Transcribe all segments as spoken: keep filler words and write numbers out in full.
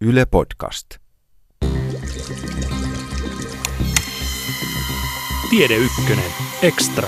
Yle Podcast. Tiede Ykkönen Extra.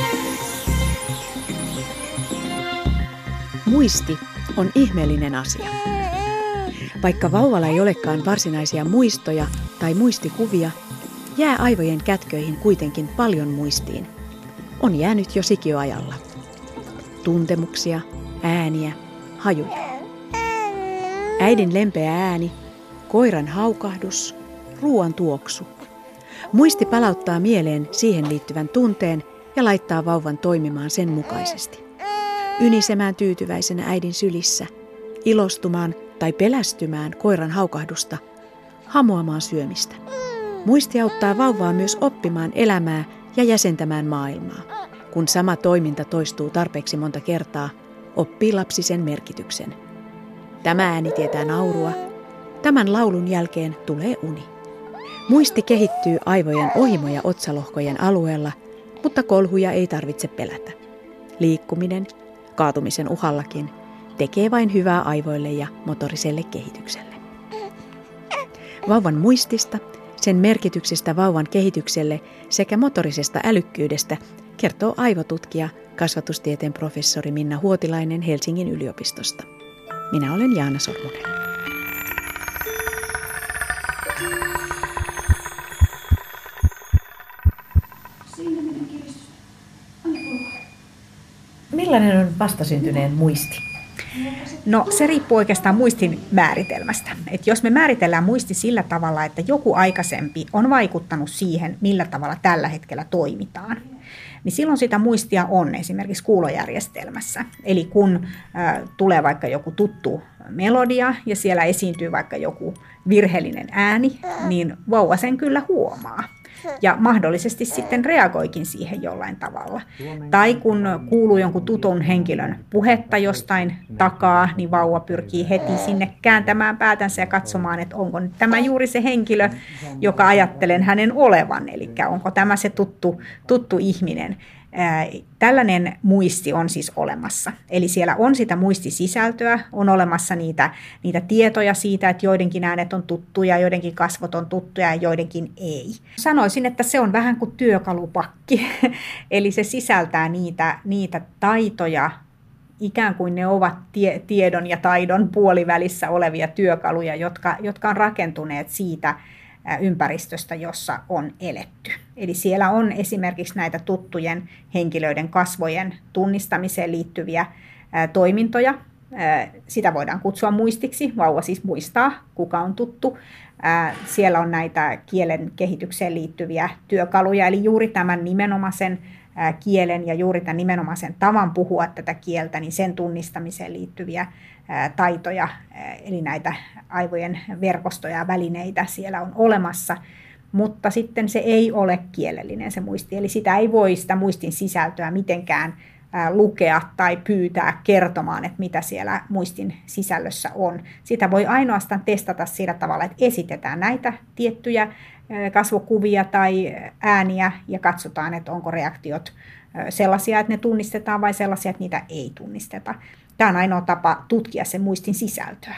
Muisti on ihmeellinen asia. Vaikka vauvalla ei olekaan varsinaisia muistoja tai muistikuvia, jää aivojen kätköihin kuitenkin paljon muistiin. On jäänyt jo sikiöajalla. Tuntemuksia, ääniä, hajuja. Äidin lempeä ääni, koiran haukahdus, ruoan tuoksu. Muisti palauttaa mieleen siihen liittyvän tunteen ja laittaa vauvan toimimaan sen mukaisesti. Ynisemään tyytyväisenä äidin sylissä, ilostumaan tai pelästymään koiran haukahdusta, hamuamaan syömistä. Muisti auttaa vauvaa myös oppimaan elämää ja jäsentämään maailmaa. Kun sama toiminta toistuu tarpeeksi monta kertaa, oppii lapsi sen merkityksen. Tämä ääni tietää naurua. Tämän laulun jälkeen tulee uni. Muisti kehittyy aivojen ohimo- ja otsalohkojen alueella, mutta kolhuja ei tarvitse pelätä. Liikkuminen, kaatumisen uhallakin, tekee vain hyvää aivoille ja motoriselle kehitykselle. Vauvan muistista, sen merkityksestä vauvan kehitykselle sekä motorisesta älykkyydestä kertoo aivotutkija, kasvatustieteen professori Minna Huotilainen Helsingin yliopistosta. Minä olen Jaana Sormunen. Millainen on vastasyntyneen muisti? No se riippuu oikeastaan muistin määritelmästä. Et jos me määritellään muisti sillä tavalla, että joku aikaisempi on vaikuttanut siihen, millä tavalla tällä hetkellä toimitaan, niin silloin sitä muistia on esimerkiksi kuulojärjestelmässä. Eli kun äh, tulee vaikka joku tuttu melodia ja siellä esiintyy vaikka joku virheellinen ääni, niin vauva sen kyllä huomaa. Ja mahdollisesti sitten reagoikin siihen jollain tavalla. Tai kun kuuluu jonkun tutun henkilön puhetta jostain takaa, niin vauva pyrkii heti sinne kääntämään päätänsä ja katsomaan, että onko tämä juuri se henkilö, joka ajattelen hänen olevan. Eli onko tämä se tuttu, tuttu ihminen. Tällainen muisti on siis olemassa. Eli siellä on sitä muistisisältöä, on olemassa niitä, niitä tietoja siitä, että joidenkin äänet on tuttuja, joidenkin kasvot on tuttuja ja joidenkin ei. Sanoisin, että se on vähän kuin työkalupakki. Eli se sisältää niitä, niitä taitoja, ikään kuin ne ovat tie, tiedon ja taidon puolivälissä olevia työkaluja, jotka, jotka on rakentuneet siitä ympäristöstä, jossa on eletty. Eli siellä on esimerkiksi näitä tuttujen henkilöiden kasvojen tunnistamiseen liittyviä ää, toimintoja. Ää, sitä voidaan kutsua muistiksi. Vauva siis muistaa, kuka on tuttu. Ää, siellä on näitä kielen kehitykseen liittyviä työkaluja, eli juuri tämän nimenomaisen ää, kielen ja juuri tämän nimenomaisen tavan puhua tätä kieltä, niin sen tunnistamiseen liittyviä ää, taitoja, ää, eli näitä aivojen verkostoja ja välineitä siellä on olemassa. Mutta sitten se ei ole kielellinen se muisti, eli sitä ei voi sitä muistin sisältöä mitenkään ää, lukea tai pyytää kertomaan, että mitä siellä muistin sisällössä on. Sitä voi ainoastaan testata sillä tavalla, että esitetään näitä tiettyjä ää, kasvokuvia tai ääniä ja katsotaan, että onko reaktiot ää, sellaisia, että ne tunnistetaan vai sellaisia, että niitä ei tunnisteta. Tämä on ainoa tapa tutkia sen muistin sisältöä.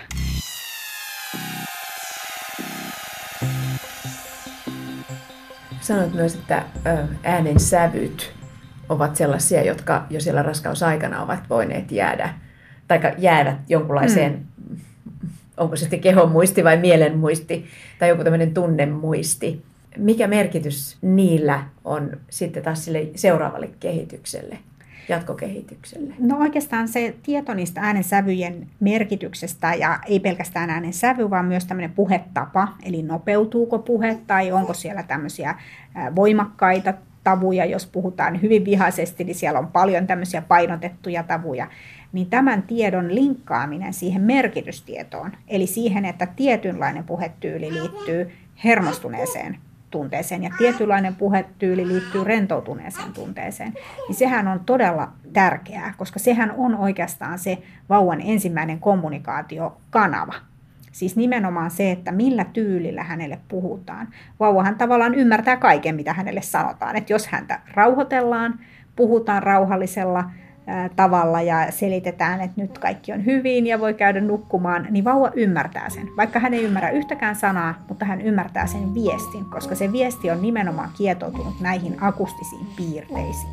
Sanoit myös, että äänen sävyt ovat sellaisia, jotka jo siellä raskausaikana ovat voineet jäädä, tai jäädä jonkunlaiseen, mm. onko se sitten kehon muisti vai mielen muisti, tai joku tämmöinen tunnemuisti. Mikä merkitys niillä on sitten taas sille seuraavalle kehitykselle, jatkokehitykselle? No oikeastaan se tieto niistä äänensävyjen merkityksestä, ja ei pelkästään äänensävy, vaan myös tämmöinen puhetapa, eli nopeutuuko puhe, tai onko siellä tämmöisiä voimakkaita tavuja, jos puhutaan hyvin vihaisesti, niin siellä on paljon tämmöisiä painotettuja tavuja, niin tämän tiedon linkkaaminen siihen merkitystietoon, eli siihen, että tietynlainen puhetyyli liittyy hermostuneeseen tunteeseen ja tietynlainen puhetyyli liittyy rentoutuneeseen tunteeseen, niin sehän on todella tärkeää, koska sehän on oikeastaan se vauvan ensimmäinen kommunikaatiokanava. Siis nimenomaan se, että millä tyylillä hänelle puhutaan. Vauvahan tavallaan ymmärtää kaiken, mitä hänelle sanotaan. Että jos häntä rauhoitellaan, puhutaan rauhallisella tavalla ja selitetään, että nyt kaikki on hyvin ja voi käydä nukkumaan, niin vauva ymmärtää sen. Vaikka hän ei ymmärrä yhtäkään sanaa, mutta hän ymmärtää sen viestin, koska se viesti on nimenomaan kietoutunut näihin akustisiin piirteisiin.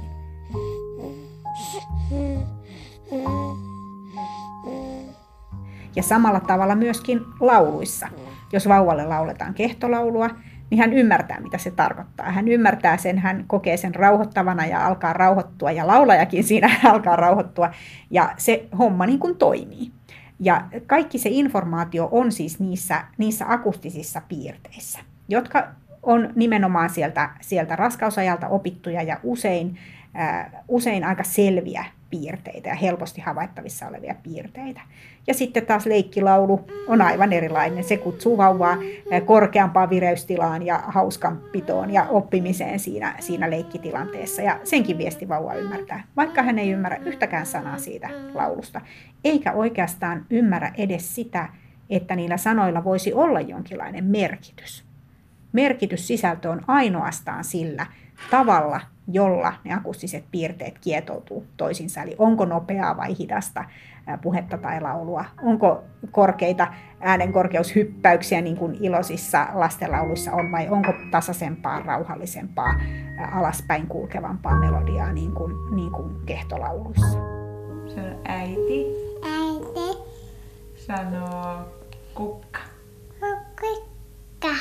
Ja samalla tavalla myöskin lauluissa. Jos vauvalle lauletaan kehtolaulua, niin hän ymmärtää, mitä se tarkoittaa. Hän ymmärtää sen, hän kokee sen rauhoittavana ja alkaa rauhoittua, ja laulajakin siinä alkaa rauhoittua, ja se homma niin kuin toimii. Ja kaikki se informaatio on siis niissä, niissä akustisissa piirteissä, jotka on nimenomaan sieltä, sieltä raskausajalta opittuja ja usein, äh, usein aika selviä piirteitä ja helposti havaittavissa olevia piirteitä. Ja sitten taas leikkilaulu on aivan erilainen. Se kutsuu vauvaa korkeampaan vireystilaan ja hauskanpitoon ja oppimiseen siinä, siinä leikkitilanteessa. Ja senkin viesti vauva ymmärtää, vaikka hän ei ymmärrä yhtäkään sanaa siitä laulusta. Eikä oikeastaan ymmärrä edes sitä, että niillä sanoilla voisi olla jonkinlainen merkitys. Merkityssisältö on ainoastaan sillä tavalla, jolla ne akustiset piirteet kietoutuu toisiinsa. Eli onko nopeaa vai hidasta puhetta tai laulua, onko korkeita äänenkorkeushyppäyksiä niin kuin iloisissa lastenlauluissa on, vai onko tasaisempaa, rauhallisempaa, alaspäin kulkevampaa melodiaa niin kuin, niin kuin kehtolauluissa. Se on äiti. Äiti. Sanoo kukka. Kukka.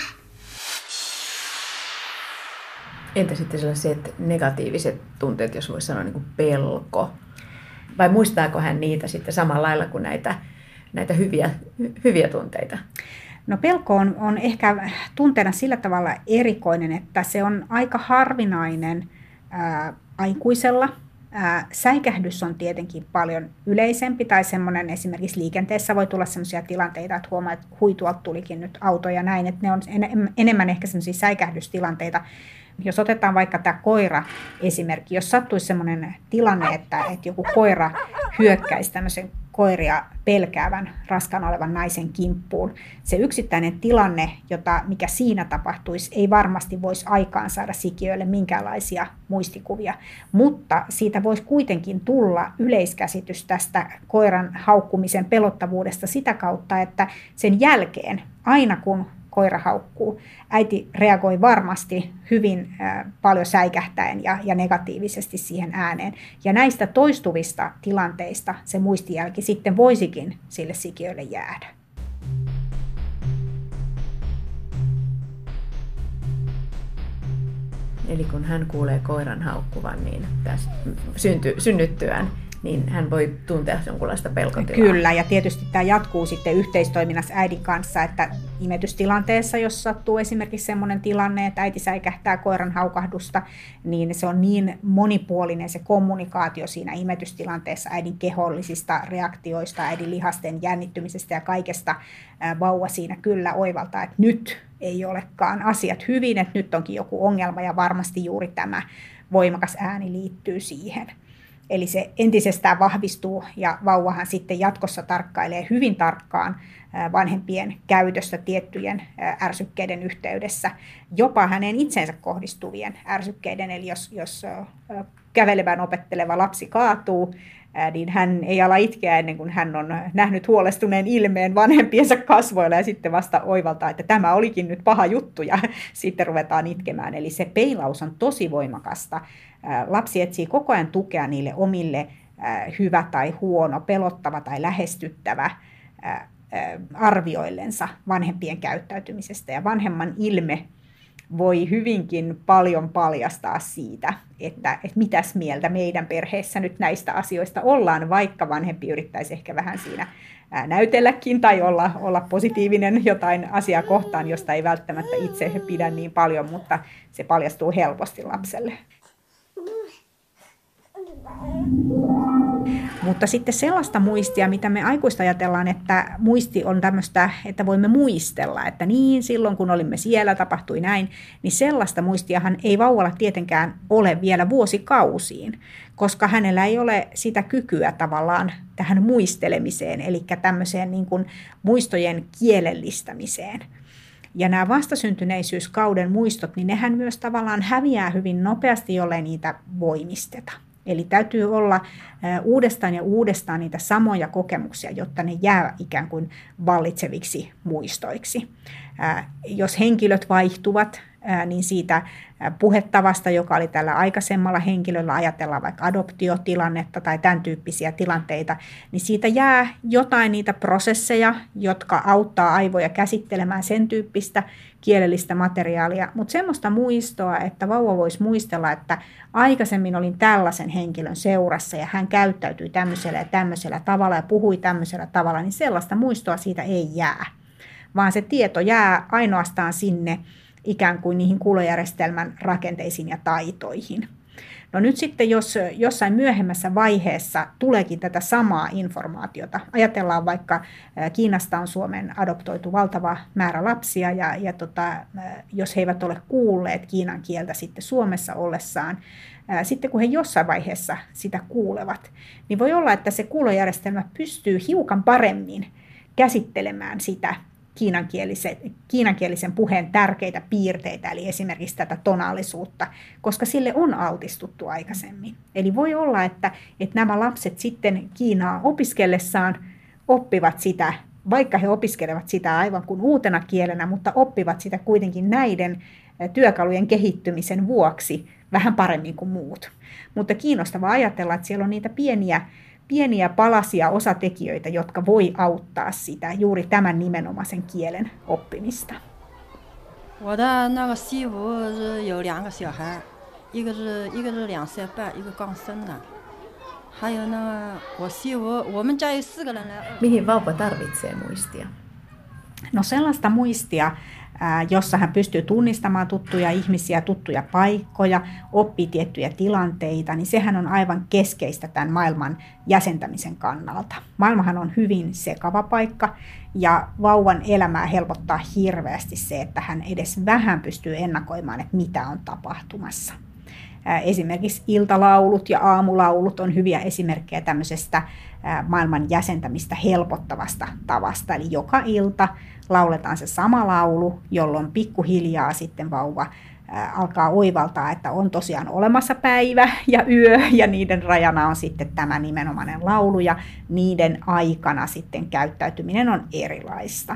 Entä sitten sellaiset negatiiviset tunteet, jos voisi sanoa niin kuin pelko? Vai muistaako hän niitä sitten samalla lailla kuin näitä, näitä hyviä, hyviä tunteita? No pelko on, on ehkä tunteena sillä tavalla erikoinen, että se on aika harvinainen ää, aikuisella. Ää, säikähdys on tietenkin paljon yleisempi, tai semmoinen esimerkiksi liikenteessä voi tulla sellaisia tilanteita, että huomaa, että hui, tuolta tulikin nyt auto ja näin, että ne on enemmän ehkä sellaisia säikähdystilanteita. Jos otetaan vaikka tämä koira esimerkki, jos sattuisi sellainen tilanne, että, että joku koira hyökkäisi tämmöisen koiria pelkäävän, raskaana olevan naisen kimppuun, se yksittäinen tilanne, jota, mikä siinä tapahtuisi, ei varmasti voisi aikaan saada sikiöille minkäänlaisia muistikuvia, mutta siitä voisi kuitenkin tulla yleiskäsitys tästä koiran haukkumisen pelottavuudesta sitä kautta, että sen jälkeen, aina kun koira haukkuu, äiti reagoi varmasti hyvin äh, paljon säikähtäen ja, ja negatiivisesti siihen ääneen. Ja näistä toistuvista tilanteista se muistijälki sitten voisikin sille sikiölle jäädä. Eli kun hän kuulee koiran haukkuvan, niin tässä synty, synnyttyään, niin hän voi tuntea jonkunlaista pelkotilaa. Kyllä, ja tietysti tämä jatkuu sitten yhteistoiminnassa äidin kanssa, että imetystilanteessa, jos sattuu esimerkiksi sellainen tilanne, että äiti säikähtää koiran haukahdusta, niin se on niin monipuolinen se kommunikaatio siinä imetystilanteessa äidin kehollisista reaktioista, äidin lihasten jännittymisestä ja kaikesta. Vauva siinä kyllä oivaltaa, että nyt ei olekaan asiat hyvin, että nyt onkin joku ongelma ja varmasti juuri tämä voimakas ääni liittyy siihen. Eli se entisestään vahvistuu ja vauvahan sitten jatkossa tarkkailee hyvin tarkkaan vanhempien käytöstä tiettyjen ärsykkeiden yhteydessä, jopa hänen itseensä kohdistuvien ärsykkeiden. Eli jos, jos kävelevän opetteleva lapsi kaatuu, niin hän ei ala itkeä ennen kuin hän on nähnyt huolestuneen ilmeen vanhempiensa kasvoilla ja sitten vasta oivaltaa, että tämä olikin nyt paha juttu ja sitten ruvetaan itkemään. Eli se peilaus on tosi voimakasta. Lapsi etsii koko ajan tukea niille omille hyvä tai huono, pelottava tai lähestyttävä arvioillensa vanhempien käyttäytymisestä. Ja vanhemman ilme voi hyvinkin paljon paljastaa siitä, että, että mitäs mieltä meidän perheessä nyt näistä asioista ollaan, vaikka vanhempi yrittäisi ehkä vähän siinä näytelläkin tai olla, olla positiivinen jotain asiaa kohtaan, josta ei välttämättä itse pidä niin paljon, mutta se paljastuu helposti lapselle. Mutta sitten sellaista muistia, mitä me aikuista ajatellaan, että muisti on tämmöistä, että voimme muistella, että niin silloin kun olimme siellä tapahtui näin, niin sellaista muistiahan ei vauvalla tietenkään ole vielä vuosikausiin, koska hänellä ei ole sitä kykyä tavallaan tähän muistelemiseen, eli tämmöiseen niin kuin muistojen kielellistämiseen. Ja nämä vastasyntyneisyys-kauden muistot, niin nehän myös tavallaan häviää hyvin nopeasti, jollei niitä voimisteta. Eli täytyy olla uudestaan ja uudestaan niitä samoja kokemuksia, jotta ne jää ikään kuin vallitseviksi muistoiksi. Jos henkilöt vaihtuvat, niin siitä puhetavasta, joka oli tällä aikaisemmalla henkilöllä, ajatellaan vaikka adoptiotilannetta tai tämän tyyppisiä tilanteita, niin siitä jää jotain niitä prosesseja, jotka auttaa aivoja käsittelemään sen tyyppistä kielellistä materiaalia, mutta semmoista muistoa, että vauva voisi muistella, että aikaisemmin olin tällaisen henkilön seurassa ja hän käyttäytyi tämmöisellä ja tämmöisellä tavalla ja puhui tämmöisellä tavalla, niin sellaista muistoa siitä ei jää, vaan se tieto jää ainoastaan sinne ikään kuin niihin kuulojärjestelmän rakenteisiin ja taitoihin. No nyt sitten, jos jossain myöhemmässä vaiheessa tuleekin tätä samaa informaatiota, ajatellaan vaikka Kiinasta on Suomeen adoptoitu valtava määrä lapsia, ja, ja tota, jos he eivät ole kuulleet kiinan kieltä sitten Suomessa ollessaan, sitten kun he jossain vaiheessa sitä kuulevat, niin voi olla, että se kuulojärjestelmä pystyy hiukan paremmin käsittelemään sitä Kiinankielisen, kiinankielisen puheen tärkeitä piirteitä, eli esimerkiksi tätä tonaalisuutta, koska sille on altistuttu aikaisemmin. Eli voi olla, että, että nämä lapset sitten Kiinaa opiskellessaan oppivat sitä, vaikka he opiskelevat sitä aivan kuin uutena kielenä, mutta oppivat sitä kuitenkin näiden työkalujen kehittymisen vuoksi vähän paremmin kuin muut. Mutta kiinnostavaa ajatella, että siellä on niitä pieniä pieniä palasia osatekijöitä, jotka voi auttaa sitä juuri tämän nimenomaisen kielen oppimista. 我的那个媳妇是有两个小孩，一个是一个是两岁半，一个刚生的，还有那个我媳妇，我们家有四个人来。 Mihin vauva tarvitsee muistia? No sellaista muistia, jossa hän pystyy tunnistamaan tuttuja ihmisiä, tuttuja paikkoja, oppii tiettyjä tilanteita, niin sehän on aivan keskeistä tämän maailman jäsentämisen kannalta. Maailmahan on hyvin sekava paikka ja vauvan elämää helpottaa hirveästi se, että hän edes vähän pystyy ennakoimaan, että mitä on tapahtumassa. Esimerkiksi iltalaulut ja aamulaulut on hyviä esimerkkejä tämmöisestä maailman jäsentämistä helpottavasta tavasta. Eli joka ilta lauletaan se sama laulu, jolloin pikkuhiljaa sitten vauva alkaa oivaltaa, että on tosiaan olemassa päivä ja yö, ja niiden rajana on sitten tämä nimenomainen laulu, ja niiden aikana sitten käyttäytyminen on erilaista.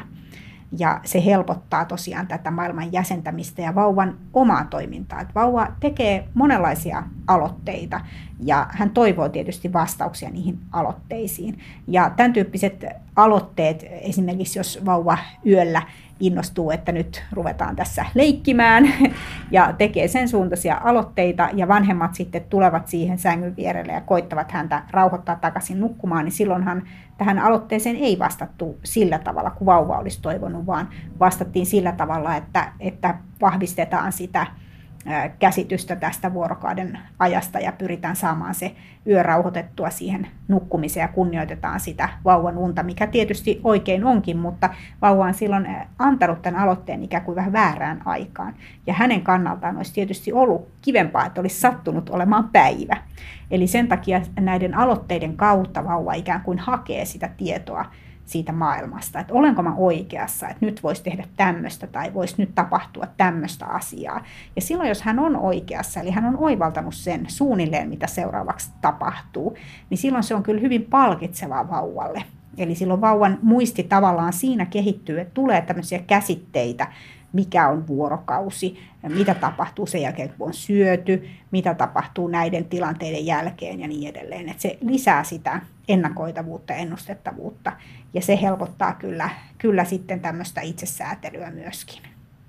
Ja se helpottaa tosiaan tätä maailman jäsentämistä ja vauvan omaa toimintaa. Että vauva tekee monenlaisia aloitteita ja hän toivoo tietysti vastauksia niihin aloitteisiin. Ja tämän tyyppiset aloitteet, esimerkiksi jos vauva yöllä innostuu, että nyt ruvetaan tässä leikkimään ja tekee sen suuntaisia aloitteita ja vanhemmat sitten tulevat siihen sängyn vierelle ja koittavat häntä rauhoittaa takaisin nukkumaan, niin silloinhan tähän aloitteeseen ei vastattu sillä tavalla kuin vauva olisi toivonut, vaan vastattiin sillä tavalla, että, että vahvistetaan sitä käsitystä tästä vuorokauden ajasta ja pyritään saamaan se yö rauhoitettua siihen nukkumiseen ja kunnioitetaan sitä vauvan unta, mikä tietysti oikein onkin, mutta vauva on silloin antanut tämän aloitteen ikään kuin vähän väärään aikaan. Ja hänen kannaltaan olisi tietysti ollut kivempaa, että olisi sattunut olemaan päivä. Eli sen takia näiden aloitteiden kautta vauva ikään kuin hakee sitä tietoa siitä maailmasta, että olenko mä oikeassa, että nyt voisi tehdä tämmöistä tai voisi nyt tapahtua tämmöistä asiaa. Ja silloin, jos hän on oikeassa, eli hän on oivaltanut sen suunnilleen, mitä seuraavaksi tapahtuu, niin silloin se on kyllä hyvin palkitsevaa vauvalle. Eli silloin vauvan muisti tavallaan siinä kehittyy, että tulee tämmöisiä käsitteitä, mikä on vuorokausi, mitä tapahtuu sen jälkeen, kun on syöty, mitä tapahtuu näiden tilanteiden jälkeen ja niin edelleen. Että se lisää sitä ennakoitavuutta ja ennustettavuutta ja se helpottaa kyllä, kyllä sitten tämmöistä itsesäätelyä myöskin.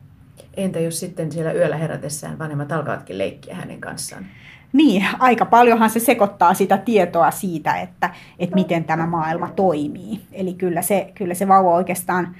Entä jos sitten siellä yöllä herätessään vanhemmat alkavatkin leikkiä hänen kanssaan? Niin, aika paljonhan se sekoittaa sitä tietoa siitä, että, että miten tämä maailma toimii. Eli kyllä se, kyllä se vauva oikeastaan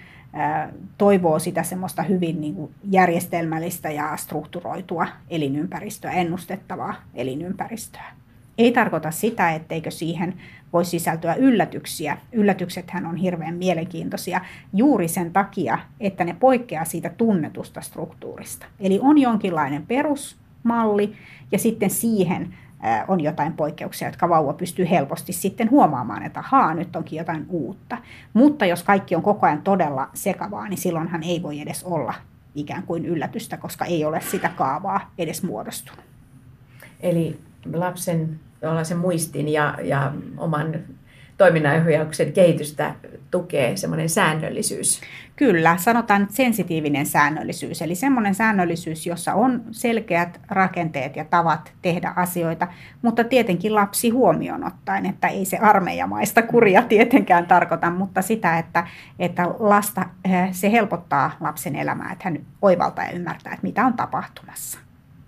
toivoo sitä semmoista hyvin niin kuin järjestelmällistä ja strukturoitua elinympäristöä, ennustettavaa elinympäristöä. Ei tarkoita sitä, etteikö siihen voi sisältyä yllätyksiä. Yllätyksethän on hirveän mielenkiintoisia juuri sen takia, että ne poikkeaa siitä tunnetusta struktuurista. Eli on jonkinlainen perusmalli ja sitten siihen on jotain poikkeuksia, jotka vauva pystyy helposti sitten huomaamaan, että ahaa, nyt onkin jotain uutta. Mutta jos kaikki on koko ajan todella sekavaa, niin silloinhan ei voi edes olla ikään kuin yllätystä, koska ei ole sitä kaavaa edes muodostunut. Eli lapsen sen muistin ja, ja oman toiminnanohjauksen kehitystä tukee semmoinen säännöllisyys? Kyllä, sanotaan nyt sensitiivinen säännöllisyys, eli semmoinen säännöllisyys, jossa on selkeät rakenteet ja tavat tehdä asioita, mutta tietenkin lapsi huomioon ottaen, että ei se armeijamaista kuria tietenkään tarkoita, mutta sitä, että, että lasta, se helpottaa lapsen elämää, että hän oivaltaa ja ymmärtää, että mitä on tapahtumassa.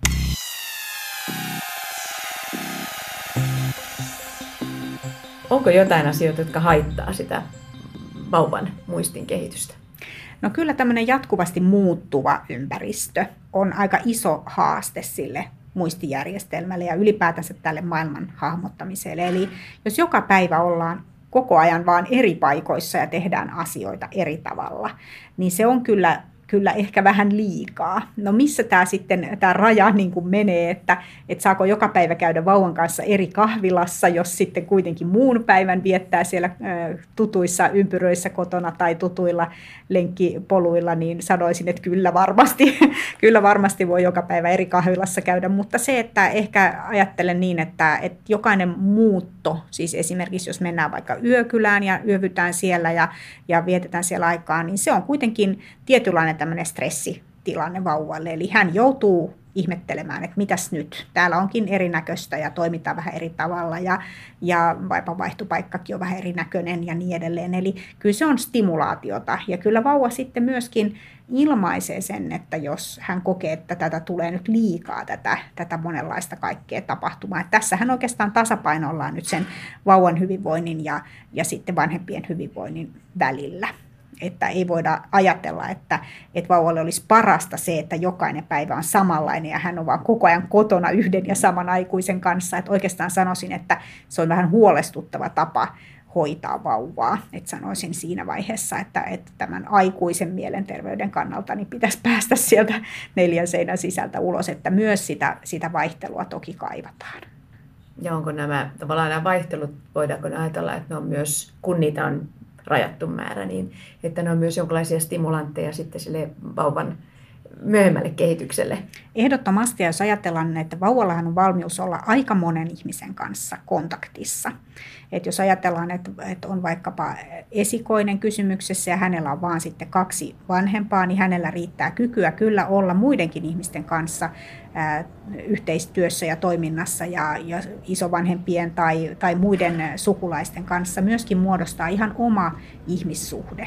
Onko jotain asioita, jotka haittaa sitä vauvan muistin kehitystä? No kyllä tämmöinen jatkuvasti muuttuva ympäristö on aika iso haaste sille muistijärjestelmälle ja ylipäätänsä tälle maailman hahmottamiselle. Eli jos joka päivä ollaan koko ajan vaan eri paikoissa ja tehdään asioita eri tavalla, niin se on kyllä kyllä ehkä vähän liikaa. No missä tämä sitten tämä raja niin kuin menee, että, että saako joka päivä käydä vauvan kanssa eri kahvilassa, jos sitten kuitenkin muun päivän viettää siellä tutuissa ympyröissä kotona tai tutuilla lenkkipoluilla, niin sanoisin, että kyllä varmasti, kyllä varmasti voi joka päivä eri kahvilassa käydä, mutta se, että ehkä ajattelen niin, että, että jokainen muutto, siis esimerkiksi jos mennään vaikka yökylään ja yövytään siellä ja, ja vietetään siellä aikaa, niin se on kuitenkin tietynlainen tämmöinen stressitilanne vauvalle, eli hän joutuu ihmettelemään, että mitäs nyt, täällä onkin erinäköistä ja toimitaan vähän eri tavalla ja, ja vaipanvaihtopaikkakin on vähän erinäköinen ja niin edelleen, eli kyllä se on stimulaatiota ja kyllä vauva sitten myöskin ilmaisee sen, että jos hän kokee, että tätä tulee nyt liikaa, tätä, tätä monenlaista kaikkea tapahtumaa, että tässähän oikeastaan tasapainoillaan nyt sen vauvan hyvinvoinnin ja, ja sitten vanhempien hyvinvoinnin välillä. Että ei voida ajatella, että, että vauvalle olisi parasta se, että jokainen päivä on samanlainen ja hän on vaan koko ajan kotona yhden ja saman aikuisen kanssa. Että oikeastaan sanoisin, että se on vähän huolestuttava tapa hoitaa vauvaa. Että sanoisin siinä vaiheessa, että, että tämän aikuisen mielenterveyden kannalta niin pitäisi päästä sieltä neljän seinän sisältä ulos, että myös sitä, sitä vaihtelua toki kaivataan. Ja onko nämä, tavallaan nämä vaihtelut, voidaanko ajatella, että ne on myös, kun niitä on rajattu määrä, niin että ne on myös jonkinlaisia stimulantteja sitten sille vauvan myöhemmälle kehitykselle. Ehdottomasti, jos ajatellaan, että vauvallahan on valmius olla aika monen ihmisen kanssa kontaktissa. Et jos ajatellaan, että, että on vaikkapa esikoinen kysymyksessä ja hänellä on vaan sitten kaksi vanhempaa, niin hänellä riittää kykyä kyllä olla muidenkin ihmisten kanssa ää, yhteistyössä ja toiminnassa ja, ja isovanhempien tai, tai muiden sukulaisten kanssa myöskin muodostaa ihan oma ihmissuhde.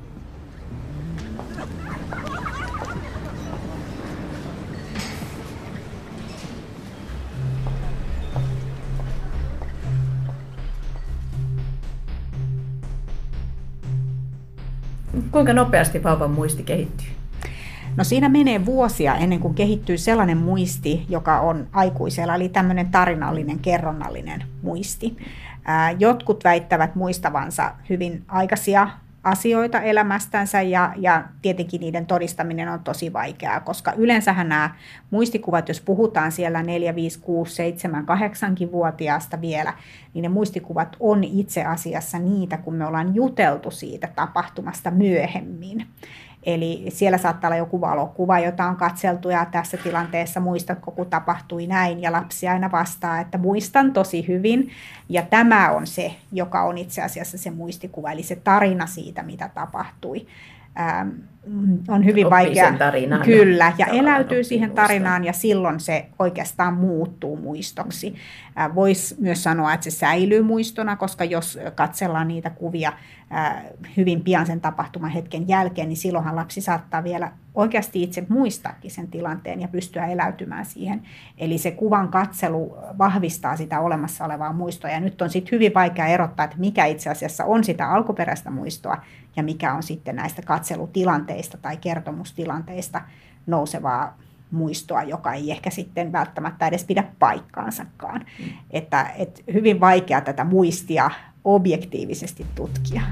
Kuinka nopeasti vauvan muisti kehittyy? No siinä menee vuosia ennen kuin kehittyy sellainen muisti, joka on aikuisella, eli tämmöinen tarinallinen, kerronnallinen muisti. Ää, jotkut väittävät muistavansa hyvin aikaisia asioita elämästänsä ja, ja tietenkin niiden todistaminen on tosi vaikeaa, koska yleensähän nämä muistikuvat, jos puhutaan siellä neljä, viisi, kuusi, seitsemän, kahdeksanvuotiaasta vielä, niin ne muistikuvat on itse asiassa niitä, kun me ollaan juteltu siitä tapahtumasta myöhemmin. Eli siellä saattaa olla joku valokuva, jota on katseltu ja tässä tilanteessa muistatko, kun tapahtui näin ja lapsi aina vastaa, että muistan tosi hyvin. Ja tämä on se, joka on itse asiassa se muistikuva, eli se tarina siitä, mitä tapahtui. Ähm, on hyvin Oppii vaikea, tarinaan, kyllä, ja eläytyy siihen tarinaan ja silloin se oikeastaan muuttuu muistoksi. Äh, Voisi myös sanoa, että se säilyy muistona, koska jos katsellaan niitä kuvia äh, hyvin pian sen tapahtuman hetken jälkeen, niin silloinhan lapsi saattaa vielä oikeasti itse muistaakin sen tilanteen ja pystyä eläytymään siihen. Eli se kuvan katselu vahvistaa sitä olemassa olevaa muistoa ja nyt on sitten hyvin vaikea erottaa, että mikä itse asiassa on sitä alkuperäistä muistoa ja mikä on sitten näistä katselutilanteista tai kertomustilanteista nousevaa muistoa, joka ei ehkä sitten välttämättä edes pidä paikkaansakaan. Mm. Että, että hyvin vaikea tätä muistia objektiivisesti tutkia.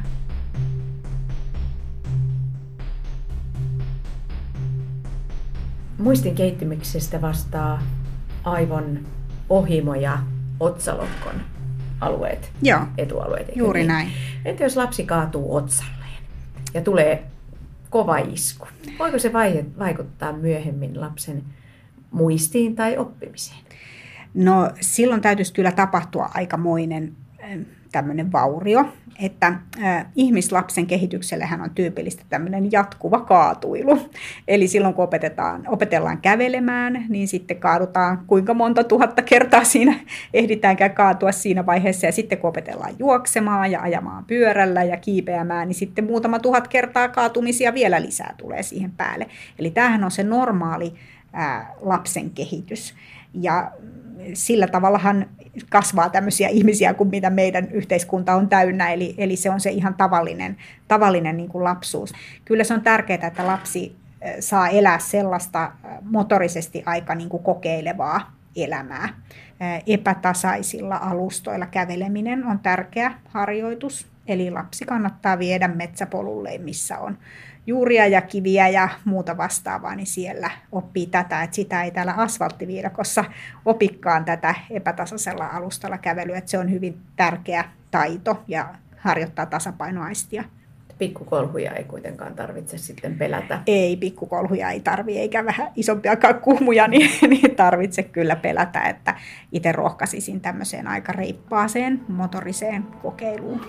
Muistin kehittymisestä vastaa aivon ohimo- ja otsalohkon alueet, Joo, etualueet. juuri niin? näin. Entä jos lapsi kaatuu otsalleen ja tulee kova isku? Voiko se vaikuttaa myöhemmin lapsen muistiin tai oppimiseen? No silloin täytyisi kyllä tapahtua aikamoinen tämmöinen vaurio, että äh, ihmislapsen kehityksellehän on tyypillistä tämmöinen jatkuva kaatuilu. Eli silloin kun opetetaan, opetellaan kävelemään, niin sitten kaadutaan kuinka monta tuhatta kertaa siinä ehditäänkään kaatua siinä vaiheessa. Ja sitten kun opetellaan juoksemaan ja ajamaan pyörällä ja kiipeämään, niin sitten muutama tuhat kertaa kaatumisia vielä lisää tulee siihen päälle. Eli tämähän on se normaali äh, lapsen kehitys. Ja sillä tavallahan kasvaa tämmöisiä ihmisiä kuin mitä meidän yhteiskunta on täynnä, eli, eli se on se ihan tavallinen, tavallinen niin kuin lapsuus. Kyllä se on tärkeää, että lapsi saa elää sellaista motorisesti aika niin kuin kokeilevaa elämää. Epätasaisilla alustoilla käveleminen on tärkeä harjoitus, eli lapsi kannattaa viedä metsäpolulle, missä on juuria ja kiviä ja muuta vastaavaa, niin siellä oppii tätä, että sitä ei täällä asfalttiviidakossa opikkaan tätä epätasaisella alustalla kävelyä, että se on hyvin tärkeä taito ja harjoittaa tasapainoaistia. Pikkukolhuja ei kuitenkaan tarvitse sitten pelätä. Ei, pikkukolhuja ei tarvitse, eikä vähän isompiakaan kuhmuja, niin, niin tarvitse kyllä pelätä, että itse rohkaisisin tämmöiseen aika reippaaseen motoriseen kokeiluun.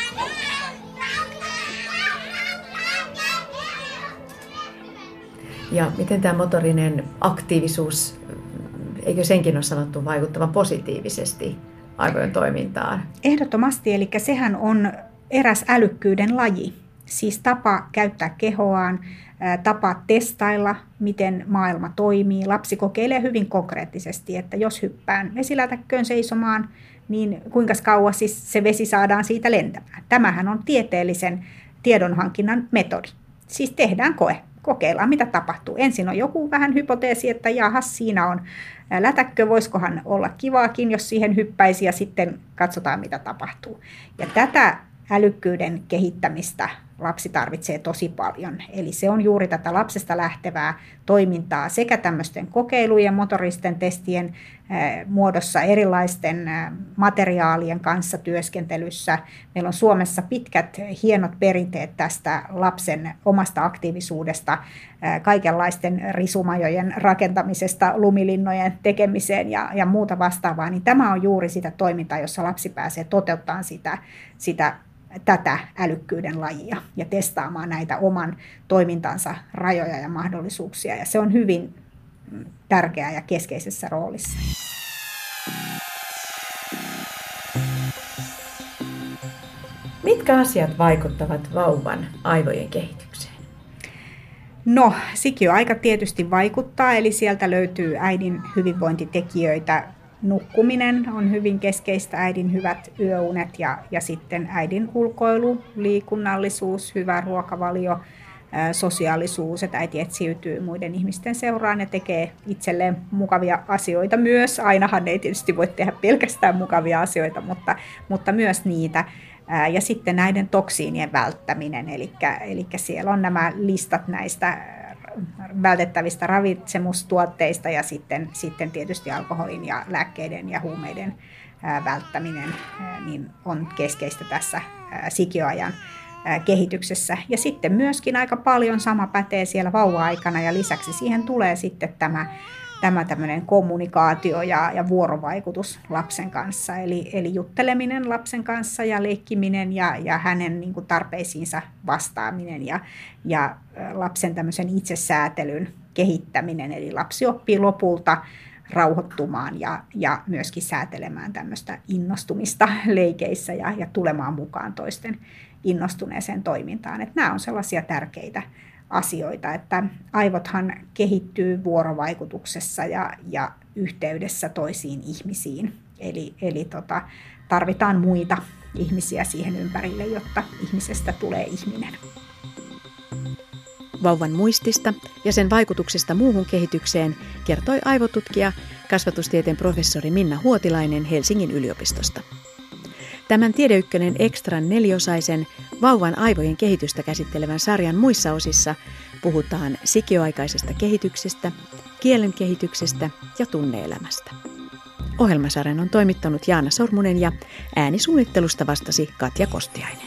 Ja miten tämä motorinen aktiivisuus, eikö senkin ole sanottu vaikuttavan positiivisesti aivojen toimintaan? Ehdottomasti, eli sehän on eräs älykkyyden laji. Siis tapa käyttää kehoaan, tapa testailla, miten maailma toimii. Lapsi kokeilee hyvin konkreettisesti, että jos hyppään vesilätäkköön seisomaan, niin kuinka kauas siis se vesi saadaan siitä lentämään. Tämähän on tieteellisen tiedonhankinnan metodi. Siis tehdään koe. Kokeillaan, mitä tapahtuu. Ensin on joku vähän hypoteesi, että jahas, siinä on lätäkkö, voisikohan olla kivaakin, jos siihen hyppäisi, ja sitten katsotaan, mitä tapahtuu. Ja tätä älykkyyden kehittämistä lapsi tarvitsee tosi paljon. Eli se on juuri tätä lapsesta lähtevää toimintaa sekä tämmöisten kokeilujen, motoristen testien muodossa, erilaisten materiaalien kanssa työskentelyssä. Meillä on Suomessa pitkät, hienot perinteet tästä lapsen omasta aktiivisuudesta, kaikenlaisten risumajojen rakentamisesta, lumilinnojen tekemiseen ja, ja muuta vastaavaa. Niin tämä on juuri sitä toimintaa, jossa lapsi pääsee toteuttamaan sitä, sitä tätä älykkyyden lajia ja testaamaan näitä oman toimintansa rajoja ja mahdollisuuksia. Ja se on hyvin tärkeää ja keskeisessä roolissa. Mitkä asiat vaikuttavat vauvan aivojen kehitykseen? No, sikiöaika tietysti vaikuttaa, eli sieltä löytyy äidin hyvinvointitekijöitä. Nukkuminen on hyvin keskeistä, äidin hyvät yöunet ja, ja sitten äidin ulkoilu, liikunnallisuus, hyvä ruokavalio, ää, sosiaalisuus, että äiti etsiytyy muiden ihmisten seuraan ja tekee itselleen mukavia asioita myös. Ainahan ei tietysti voi tehdä pelkästään mukavia asioita, mutta, mutta myös niitä. Ää, ja sitten näiden toksiinien välttäminen, eli, eli siellä on nämä listat näistä vältettävistä ravitsemustuotteista ja sitten, sitten tietysti alkoholin ja lääkkeiden ja huumeiden ää, välttäminen ää, niin on keskeistä tässä ää, sikiöajan ää, kehityksessä. Ja sitten myöskin aika paljon sama pätee siellä vauva-aikana ja lisäksi siihen tulee sitten tämä, tämä tämmöinen kommunikaatio ja, ja vuorovaikutus lapsen kanssa. Eli, eli jutteleminen lapsen kanssa ja leikkiminen ja, ja hänen niin kuin tarpeisiinsa vastaaminen ja, ja lapsen tämmöisen itsesäätelyn kehittäminen. Eli lapsi oppii lopulta rauhoittumaan ja, ja myöskin säätelemään tämmöistä innostumista leikeissä ja, ja tulemaan mukaan toisten innostuneeseen toimintaan. Että nämä on sellaisia tärkeitä asioita, että aivothan kehittyy vuorovaikutuksessa ja, ja yhteydessä toisiin ihmisiin. Eli, eli tota, tarvitaan muita ihmisiä siihen ympärille, jotta ihmisestä tulee ihminen. Vauvan muistista ja sen vaikutuksesta muuhun kehitykseen kertoi aivotutkija, kasvatustieteen professori Minna Huotilainen Helsingin yliopistosta. Tämän Tiede Ykkönen Extran neliosaisen vauvan aivojen kehitystä käsittelevän sarjan muissa osissa puhutaan sikiöaikaisesta kehityksestä, kielen kehityksestä ja tunneelämästä. Ohjelmasarjan on toimittanut Jaana Sormunen ja äänisuunnittelusta vastasi Katja Kostiainen.